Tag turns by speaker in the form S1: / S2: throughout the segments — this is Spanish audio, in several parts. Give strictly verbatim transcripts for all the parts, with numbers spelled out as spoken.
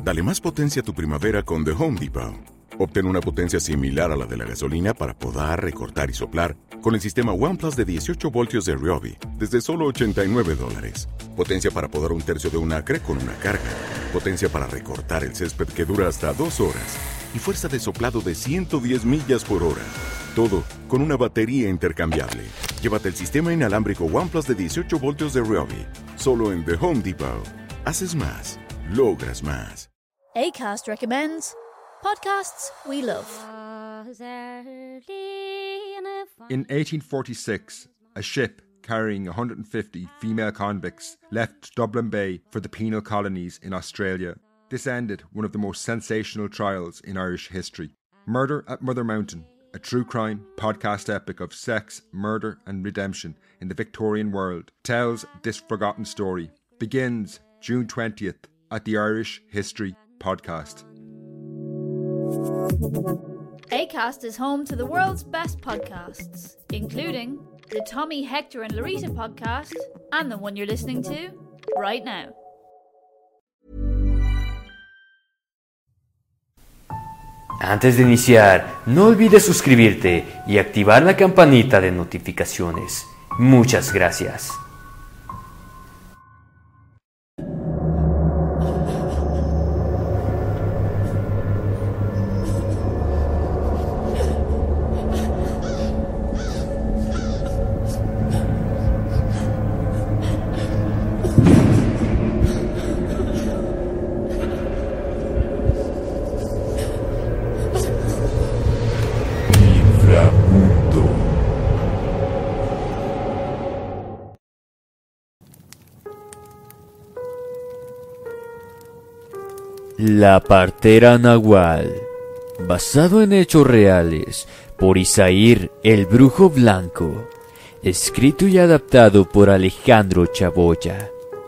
S1: Dale más potencia a tu primavera con The Home Depot. Obtén una potencia similar a la de la gasolina para podar, recortar y soplar con el sistema OnePlus de dieciocho voltios de Ryobi desde solo ochenta y nueve dólares. Potencia para podar un tercio de un acre con una carga. Potencia para recortar el césped que dura hasta dos horas. Y fuerza de soplado de ciento diez millas por hora. Todo con una batería intercambiable. Llévate el sistema inalámbrico OnePlus de dieciocho voltios de Ryobi. Solo en The Home Depot. Haces más. Logras más.
S2: Acast recommends podcasts we love.
S3: In eighteen forty-six, a ship carrying one hundred fifty female convicts left Dublin Bay for the penal colonies in Australia. This ended one of the most sensational trials in Irish history. Murder at Mother Mountain, a true crime podcast epic of sex, murder and redemption in the Victorian world, tells this forgotten story. Begins June twentieth at the Irish History Podcast.
S2: Acast is home to the world's best podcasts, including the Tommy, Hector and Larita podcast and the one you're listening to right now.
S4: Antes de iniciar, no olvides suscribirte y activar la campanita de notificaciones. Muchas gracias. La partera Nahual, basado en hechos reales por Isaír el Brujo Blanco, escrito y adaptado por Alejandro Chaboya.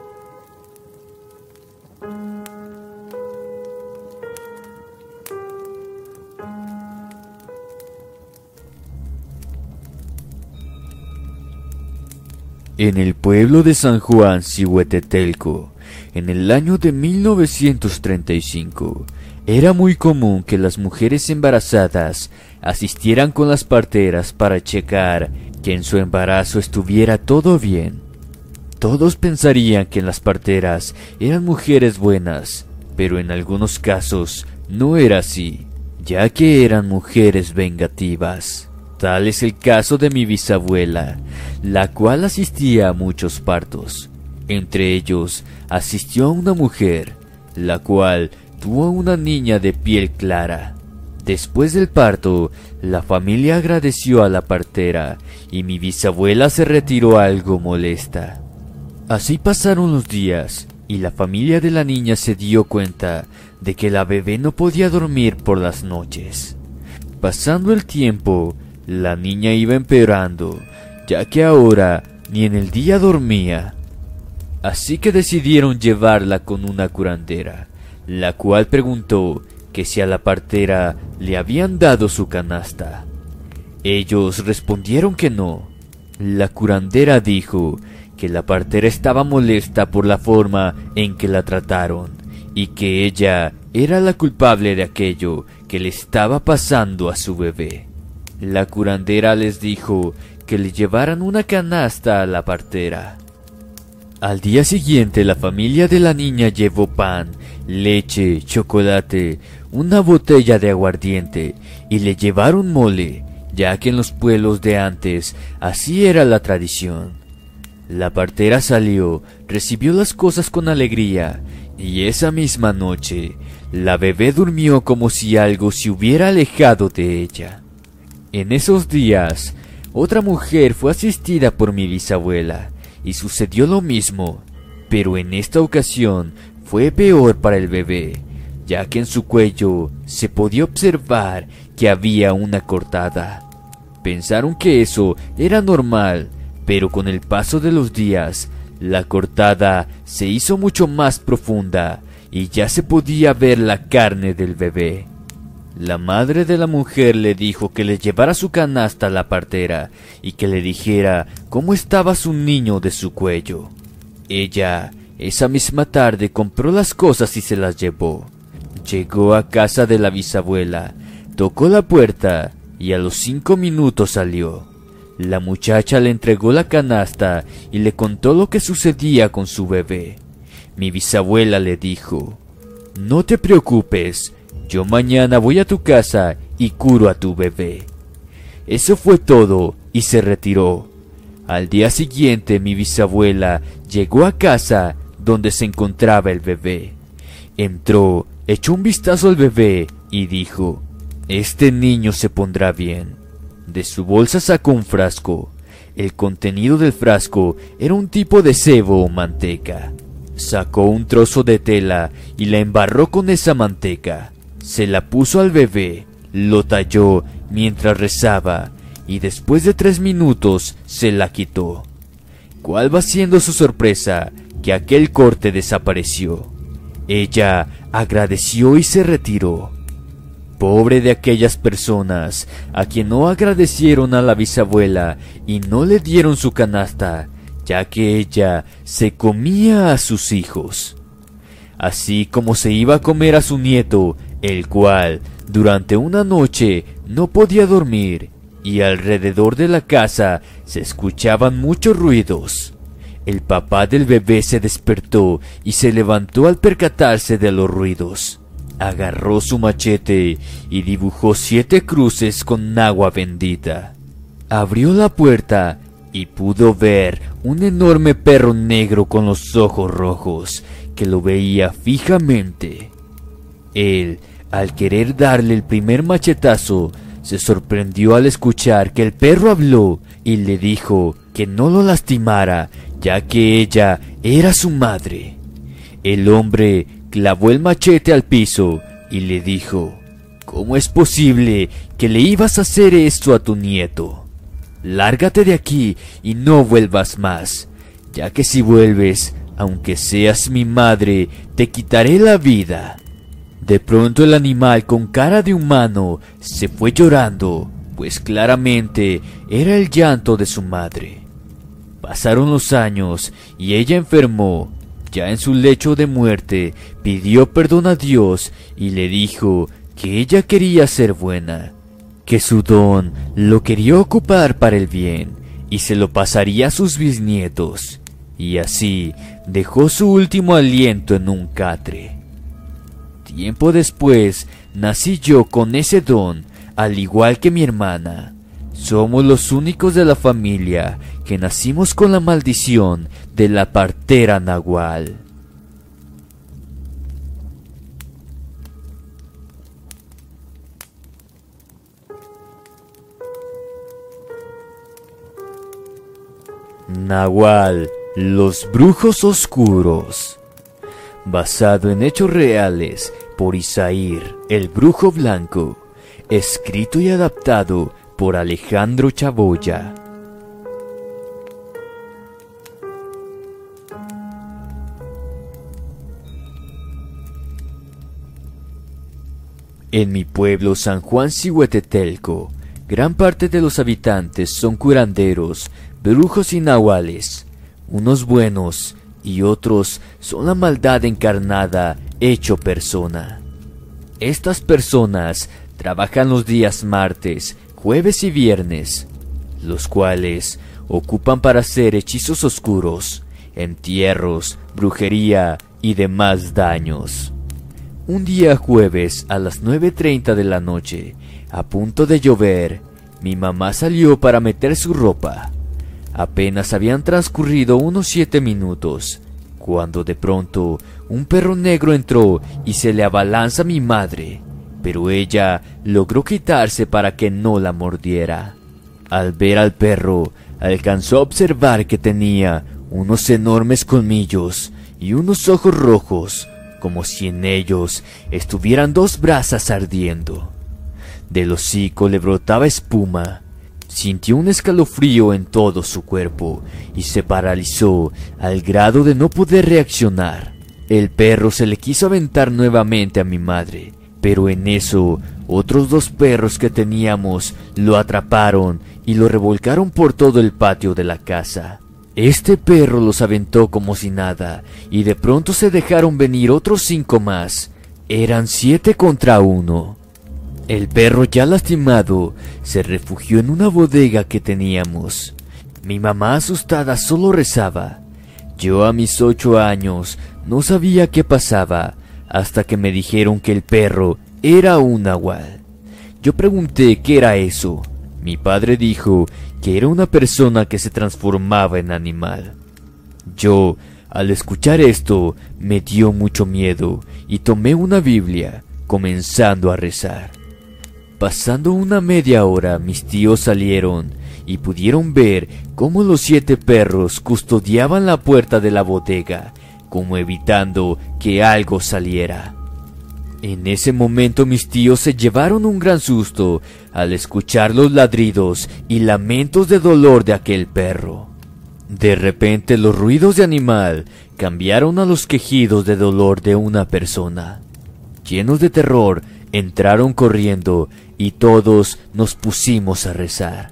S4: En el pueblo de San Juan Zihuetetelco, en el año de mil novecientos treinta y cinco, era muy común que las mujeres embarazadas asistieran con las parteras para checar que en su embarazo estuviera todo bien. Todos pensarían que las parteras eran mujeres buenas, pero en algunos casos no era así, ya que eran mujeres vengativas. Tal es el caso de mi bisabuela, la cual asistía a muchos partos. Entre ellos, asistió a una mujer, la cual tuvo una niña de piel clara. Después del parto, la familia agradeció a la partera y mi bisabuela se retiró algo molesta. Así pasaron los días y la familia de la niña se dio cuenta de que la bebé no podía dormir por las noches. Pasando el tiempo, la niña iba empeorando, ya que ahora ni en el día dormía. Así que decidieron llevarla con una curandera, la cual preguntó que si a la partera le habían dado su canasta. Ellos respondieron que no. La curandera dijo que la partera estaba molesta por la forma en que la trataron y que ella era la culpable de aquello que le estaba pasando a su bebé. La curandera les dijo que le llevaran una canasta a la partera. Al día siguiente, la familia de la niña llevó pan, leche, chocolate, una botella de aguardiente y le llevaron mole, ya que en los pueblos de antes así era la tradición. La partera salió, recibió las cosas con alegría y esa misma noche la bebé durmió como si algo se hubiera alejado de ella. En esos días, otra mujer fue asistida por mi bisabuela y sucedió lo mismo, pero en esta ocasión fue peor para el bebé, ya que en su cuello se podía observar que había una cortada. Pensaron que eso era normal, pero con el paso de los días, la cortada se hizo mucho más profunda y ya se podía ver la carne del bebé. La madre de la mujer le dijo que le llevara su canasta a la partera y que le dijera cómo estaba su niño de su cuello. Ella, esa misma tarde, compró las cosas y se las llevó. Llegó a casa de la bisabuela, tocó la puerta y a los cinco minutos salió. La muchacha le entregó la canasta y le contó lo que sucedía con su bebé. Mi bisabuela le dijo: «No te preocupes, yo mañana voy a tu casa y curo a tu bebé». Eso fue todo y se retiró. Al día siguiente mi bisabuela llegó a casa donde se encontraba el bebé. Entró, echó un vistazo al bebé y dijo: «Este niño se pondrá bien». De su bolsa sacó un frasco. El contenido del frasco era un tipo de sebo o manteca. Sacó un trozo de tela y la embarró con esa manteca. Se la puso al bebé, lo talló mientras rezaba y después de tres minutos se la quitó. ¿Cuál va siendo su sorpresa? Que aquel corte desapareció. Ella agradeció y se retiró. Pobre de aquellas personas a quien no agradecieron a la bisabuela y no le dieron su canasta, ya que ella se comía a sus hijos. Así como se iba a comer a su nieto, el cual durante una noche no podía dormir y alrededor de la casa se escuchaban muchos ruidos. El papá del bebé se despertó y se levantó al percatarse de los ruidos. Agarró su machete y dibujó siete cruces con agua bendita. Abrió la puerta y pudo ver un enorme perro negro con los ojos rojos que lo veía fijamente. Él, al querer darle el primer machetazo, se sorprendió al escuchar que el perro habló y le dijo que no lo lastimara, ya que ella era su madre. El hombre clavó el machete al piso y le dijo: «¿Cómo es posible que le ibas a hacer esto a tu nieto? Lárgate de aquí y no vuelvas más, ya que si vuelves, aunque seas mi madre, te quitaré la vida». De pronto el animal con cara de humano se fue llorando, pues claramente era el llanto de su madre. Pasaron los años y ella enfermó. Ya en su lecho de muerte, pidió perdón a Dios y le dijo que ella quería ser buena, que su don lo quería ocupar para el bien y se lo pasaría a sus bisnietos, y así dejó su último aliento en un catre. Tiempo después, nací yo con ese don, al igual que mi hermana. Somos los únicos de la familia que nacimos con la maldición de la partera nahual. Nahual, los brujos oscuros. Basado en hechos reales por Isaír, el brujo blanco. Escrito y adaptado por Alejandro Chaboya. En mi pueblo San Juan Zihuetetelco, gran parte de los habitantes son curanderos, brujos y nahuales, unos buenos y otros son la maldad encarnada hecho persona. Estas personas trabajan los días martes, jueves y viernes, los cuales ocupan para hacer hechizos oscuros, entierros, brujería y demás daños. Un día jueves a las nueve treinta de la noche, a punto de llover, mi mamá salió para meter su ropa. Apenas habían transcurrido unos siete minutos, cuando de pronto un perro negro entró y se le abalanza a mi madre, pero ella logró quitarse para que no la mordiera. Al ver al perro, alcanzó a observar que tenía unos enormes colmillos y unos ojos rojos, como si en ellos estuvieran dos brasas ardiendo. Del hocico le brotaba espuma. Sintió un escalofrío en todo su cuerpo y se paralizó al grado de no poder reaccionar. El perro se le quiso aventar nuevamente a mi madre, pero en eso otros dos perros que teníamos lo atraparon y lo revolcaron por todo el patio de la casa. Este perro los aventó como si nada y de pronto se dejaron venir otros cinco más, Eran siete contra uno. El perro, ya lastimado, se refugió en una bodega que teníamos. Mi mamá, asustada, solo rezaba. Yo, a mis ocho años, no sabía qué pasaba, hasta que me dijeron que el perro era un nahual. Yo pregunté qué era eso. Mi padre dijo que era una persona que se transformaba en animal. Yo, al escuchar esto, me dio mucho miedo y tomé una Biblia, comenzando a rezar. Pasando una media hora, mis tíos salieron y pudieron ver cómo los siete perros custodiaban la puerta de la bodega, como evitando que algo saliera. En ese momento mis tíos se llevaron un gran susto al escuchar los ladridos y lamentos de dolor de aquel perro. De repente los ruidos de animal cambiaron a los quejidos de dolor de una persona. Llenos de terror, entraron corriendo y todos nos pusimos a rezar.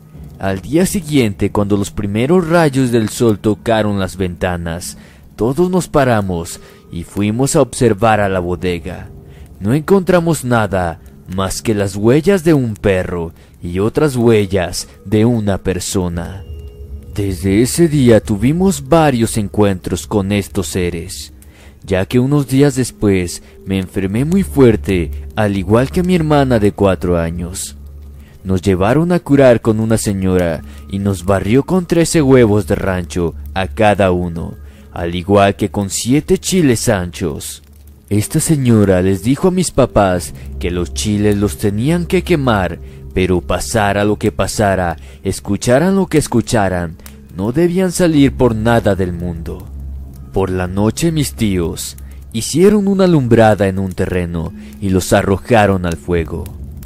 S4: Al día siguiente, cuando los primeros rayos del sol tocaron las ventanas, todos nos paramos y fuimos a observar a la bodega. No encontramos nada más que las huellas de un perro y otras huellas de una persona. Desde ese día tuvimos varios encuentros con estos seres, ya que unos días después me enfermé muy fuerte, al igual que mi hermana de cuatro años. Nos llevaron a curar con una señora y nos barrió con trece huevos de rancho a cada uno, al igual que con siete chiles anchos. Esta señora les dijo a mis papás que los chiles los tenían que quemar, pero pasara lo que pasara, escucharan lo que escucharan, no debían salir por nada del mundo. Por la noche mis tíos hicieron una alumbrada en un terreno y los arrojaron al fuego.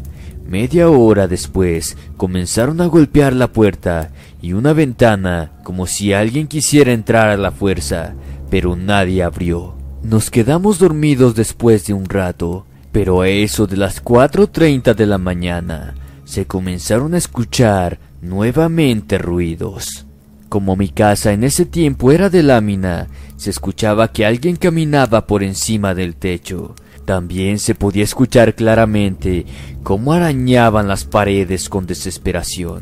S4: Media hora después comenzaron a golpear la puerta y una ventana como si alguien quisiera entrar a la fuerza, pero nadie abrió. Nos quedamos dormidos después de un rato, pero a eso de las cuatro treinta de la mañana se comenzaron a escuchar nuevamente ruidos. Como mi casa en ese tiempo era de lámina, se escuchaba que alguien caminaba por encima del techo. También se podía escuchar claramente cómo arañaban las paredes con desesperación.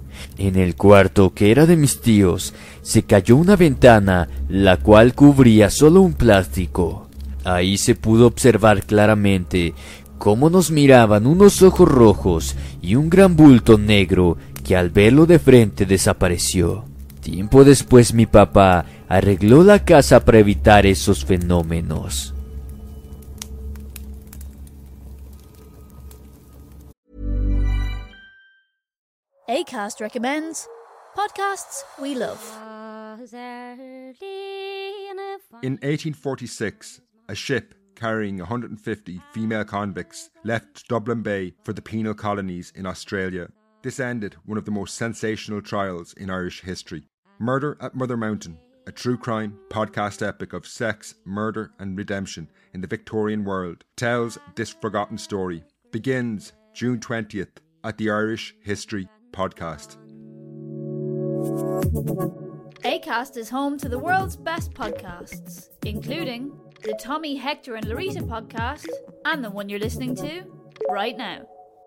S4: En el cuarto, que era de mis tíos, se cayó una ventana, la cual cubría solo un plástico. Ahí se pudo observar claramente cómo nos miraban unos ojos rojos y un gran bulto negro que al verlo de frente desapareció. Tiempo después mi papá arregló la casa para evitar esos fenómenos.
S2: Acast recommends podcasts we love.
S3: In eighteen forty-six, a ship carrying one hundred fifty female convicts left Dublin Bay for the penal colonies in Australia. This ended one of the most sensational trials in Irish history. Murder at Mother Mountain, a true crime podcast epic of sex, murder and redemption in the Victorian world, tells this forgotten story. Begins June twentieth at the Irish History Podcast.
S2: Acast is home to the world's best podcasts, including the Tommy, Hector and Larissa podcast and the one you're listening to right now.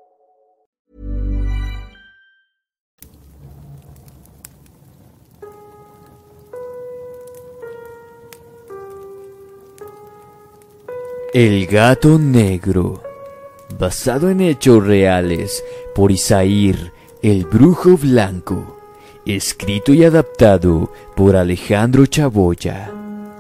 S4: El gato negro, basado en hechos reales por Isaír, el brujo blanco, escrito y adaptado por Alejandro Chaboya.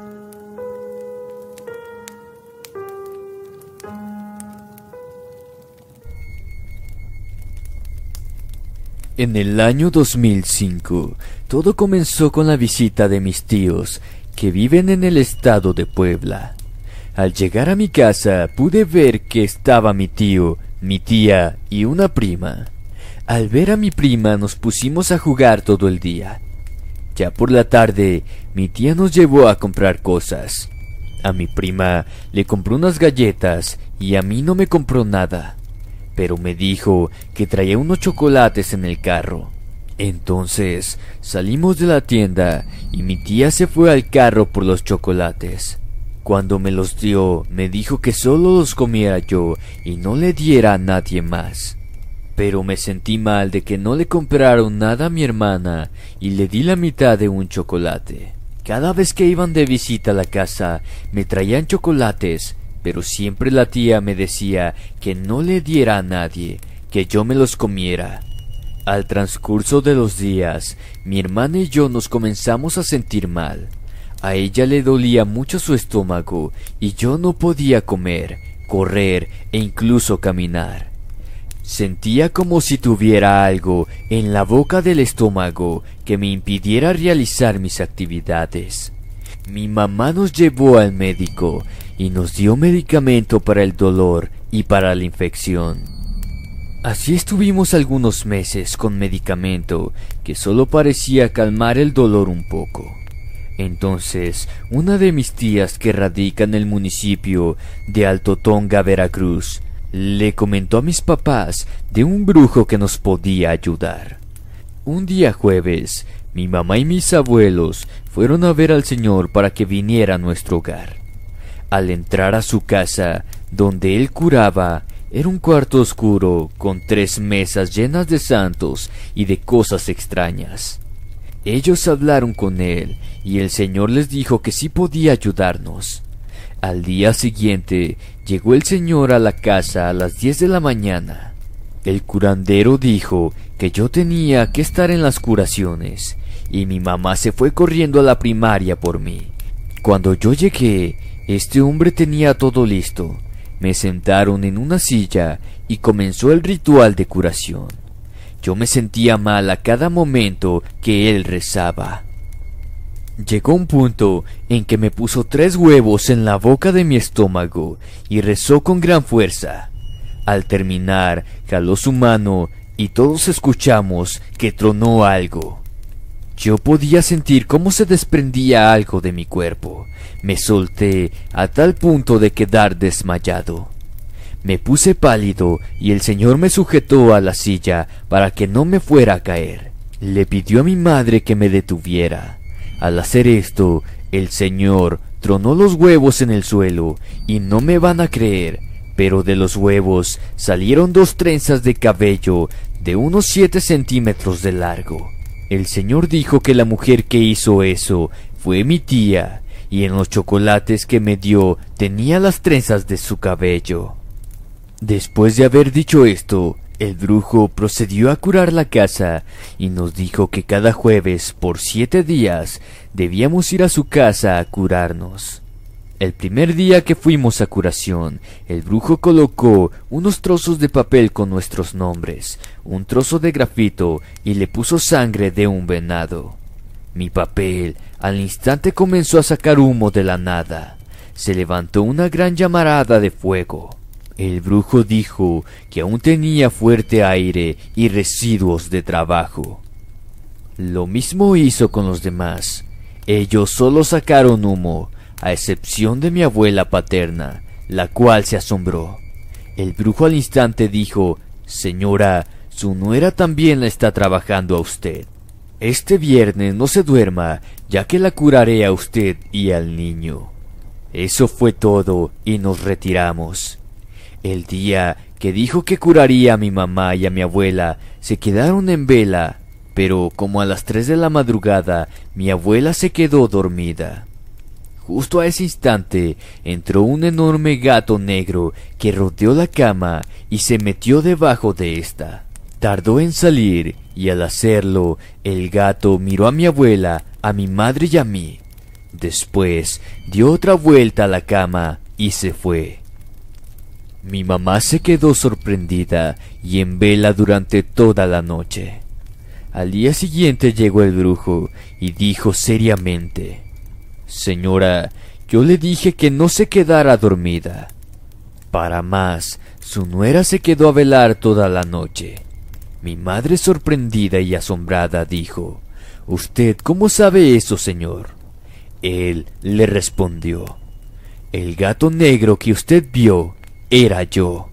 S4: En el año dos mil cinco, todo comenzó con la visita de mis tíos, que viven en el estado de Puebla. Al llegar a mi casa pude ver que estaba mi tío, mi tía y una prima. Al ver a mi prima nos pusimos a jugar todo el día. Ya por la tarde mi tía nos llevó a comprar cosas. A mi prima le compró unas galletas y a mí no me compró nada, pero me dijo que traía unos chocolates en el carro. Entonces salimos de la tienda y mi tía se fue al carro por los chocolates. Cuando me los dio, me dijo que solo los comiera yo y no le diera a nadie más. Pero me sentí mal de que no le compraron nada a mi hermana y le di la mitad de un chocolate. Cada vez que iban de visita a la casa, me traían chocolates, pero siempre la tía me decía que no le diera a nadie, que yo me los comiera. Al transcurso de los días, mi hermana y yo nos comenzamos a sentir mal. A ella le dolía mucho su estómago y yo no podía comer, correr e incluso caminar. Sentía como si tuviera algo en la boca del estómago que me impidiera realizar mis actividades. Mi mamá nos llevó al médico y nos dio medicamento para el dolor y para la infección. Así estuvimos algunos meses con medicamento que solo parecía calmar el dolor un poco. Entonces, una de mis tías que radica en el municipio de Alto Tonga, Veracruz, le comentó a mis papás de un brujo que nos podía ayudar. Un día jueves, mi mamá y mis abuelos fueron a ver al señor para que viniera a nuestro hogar. Al entrar a su casa, donde él curaba, era un cuarto oscuro con tres mesas llenas de santos y de cosas extrañas. Ellos hablaron con él y el señor les dijo que sí podía ayudarnos. Al día siguiente llegó el señor a la casa a las diez de la mañana. El curandero dijo que yo tenía que estar en las curaciones y mi mamá se fue corriendo a la primaria por mí. Cuando yo llegué, este hombre tenía todo listo. Me sentaron en una silla y comenzó el ritual de curación. Yo me sentía mal a cada momento que él rezaba. Llegó un punto en que me puso tres huevos en la boca de mi estómago y rezó con gran fuerza. Al terminar, jaló su mano y todos escuchamos que tronó algo. Yo podía sentir cómo se desprendía algo de mi cuerpo. Me solté a tal punto de quedar desmayado. Me puse pálido y el señor me sujetó a la silla para que no me fuera a caer. Le pidió a mi madre que me detuviera. Al hacer esto, el señor tronó los huevos en el suelo y no me van a creer, pero de los huevos salieron dos trenzas de cabello de unos siete centímetros de largo. El señor dijo que la mujer que hizo eso fue mi tía, y en los chocolates que me dio tenía las trenzas de su cabello. Después de haber dicho esto, el brujo procedió a curar la casa y nos dijo que cada jueves por siete días debíamos ir a su casa a curarnos. El primer día que fuimos a curación, el brujo colocó unos trozos de papel con nuestros nombres, un trozo de grafito y le puso sangre de un venado. Mi papel al instante comenzó a sacar humo de la nada. Se levantó una gran llamarada de fuego. El brujo dijo que aún tenía fuerte aire y residuos de trabajo. Lo mismo hizo con los demás. Ellos solo sacaron humo, a excepción de mi abuela paterna, la cual se asombró. El brujo al instante dijo: «Señora, su nuera también la está trabajando a usted. Este viernes no se duerma, ya que la curaré a usted y al niño». Eso fue todo y nos retiramos. El día que dijo que curaría a mi mamá y a mi abuela, se quedaron en vela, pero como a las tres de la madrugada, mi abuela se quedó dormida. Justo a ese instante, entró un enorme gato negro que rodeó la cama y se metió debajo de esta. Tardó en salir, y al hacerlo, el gato miró a mi abuela, a mi madre y a mí. Después, dio otra vuelta a la cama y se fue. Mi mamá se quedó sorprendida y en vela durante toda la noche. Al día siguiente llegó el brujo y dijo seriamente: «Señora, yo le dije que no se quedara dormida». Para más, su nuera se quedó a velar toda la noche. Mi madre, sorprendida y asombrada, dijo: «¿Usted cómo sabe eso, señor?». Él le respondió: «El gato negro que usted vio era yo».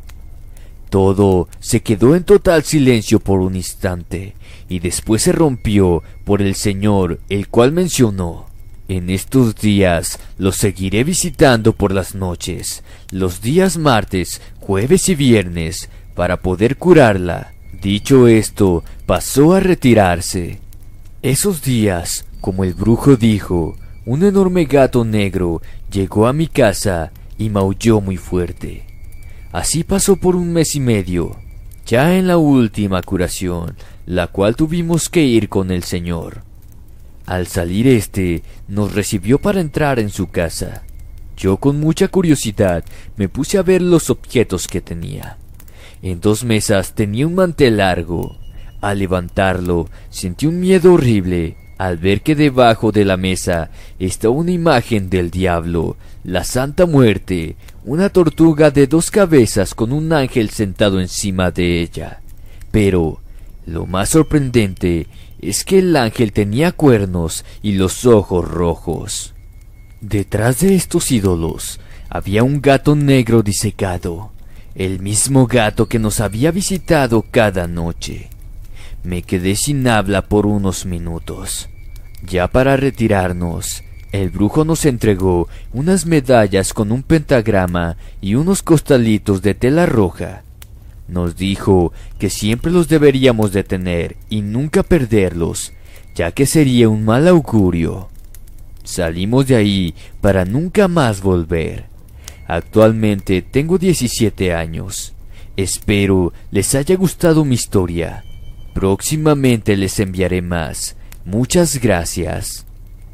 S4: Todo se quedó en total silencio por un instante, y después se rompió por el señor, el cual mencionó: En estos días los seguiré visitando por las noches, los días martes, jueves y viernes, para poder curarla. Dicho esto, pasó a retirarse. Esos días, como el brujo dijo, un enorme gato negro llegó a mi casa y maulló muy fuerte. Así pasó por un mes y medio, ya en la última curación, la cual tuvimos que ir con el señor. Al salir este, nos recibió para entrar en su casa. Yo con mucha curiosidad me puse a ver los objetos que tenía. En dos mesas tenía un mantel largo. Al levantarlo, sentí un miedo horrible al ver que debajo de la mesa estaba una imagen del diablo, la Santa Muerte, una tortuga de dos cabezas con un ángel sentado encima de ella. Pero lo más sorprendente es que el ángel tenía cuernos y los ojos rojos. Detrás de estos ídolos había un gato negro disecado, el mismo gato que nos había visitado cada noche. Me quedé sin habla por unos minutos. Ya para retirarnos, el brujo nos entregó unas medallas con un pentagrama y unos costalitos de tela roja. Nos dijo que siempre los deberíamos de tener y nunca perderlos, ya que sería un mal augurio. Salimos de ahí para nunca más volver. Actualmente tengo diecisiete años. Espero les haya gustado mi historia. Próximamente les enviaré más. Muchas gracias.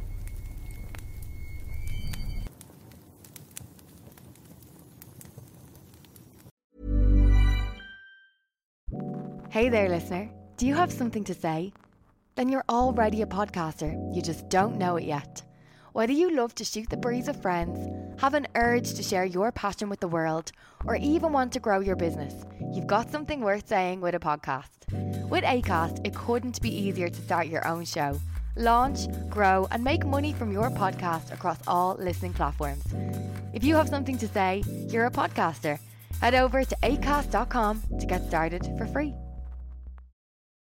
S5: Hey there, listener. Do you have something to say? Then you're already a podcaster. You just don't know it yet. Whether you love to shoot the breeze with friends, have an urge to share your passion with the world, or even want to grow your business, you've got something worth saying with a podcast. With Acast, it couldn't be easier to start your own show. Launch, grow, and make money from your podcast across all listening platforms. If you have something to say, you're a podcaster. Head over to acast dot com to get started for free.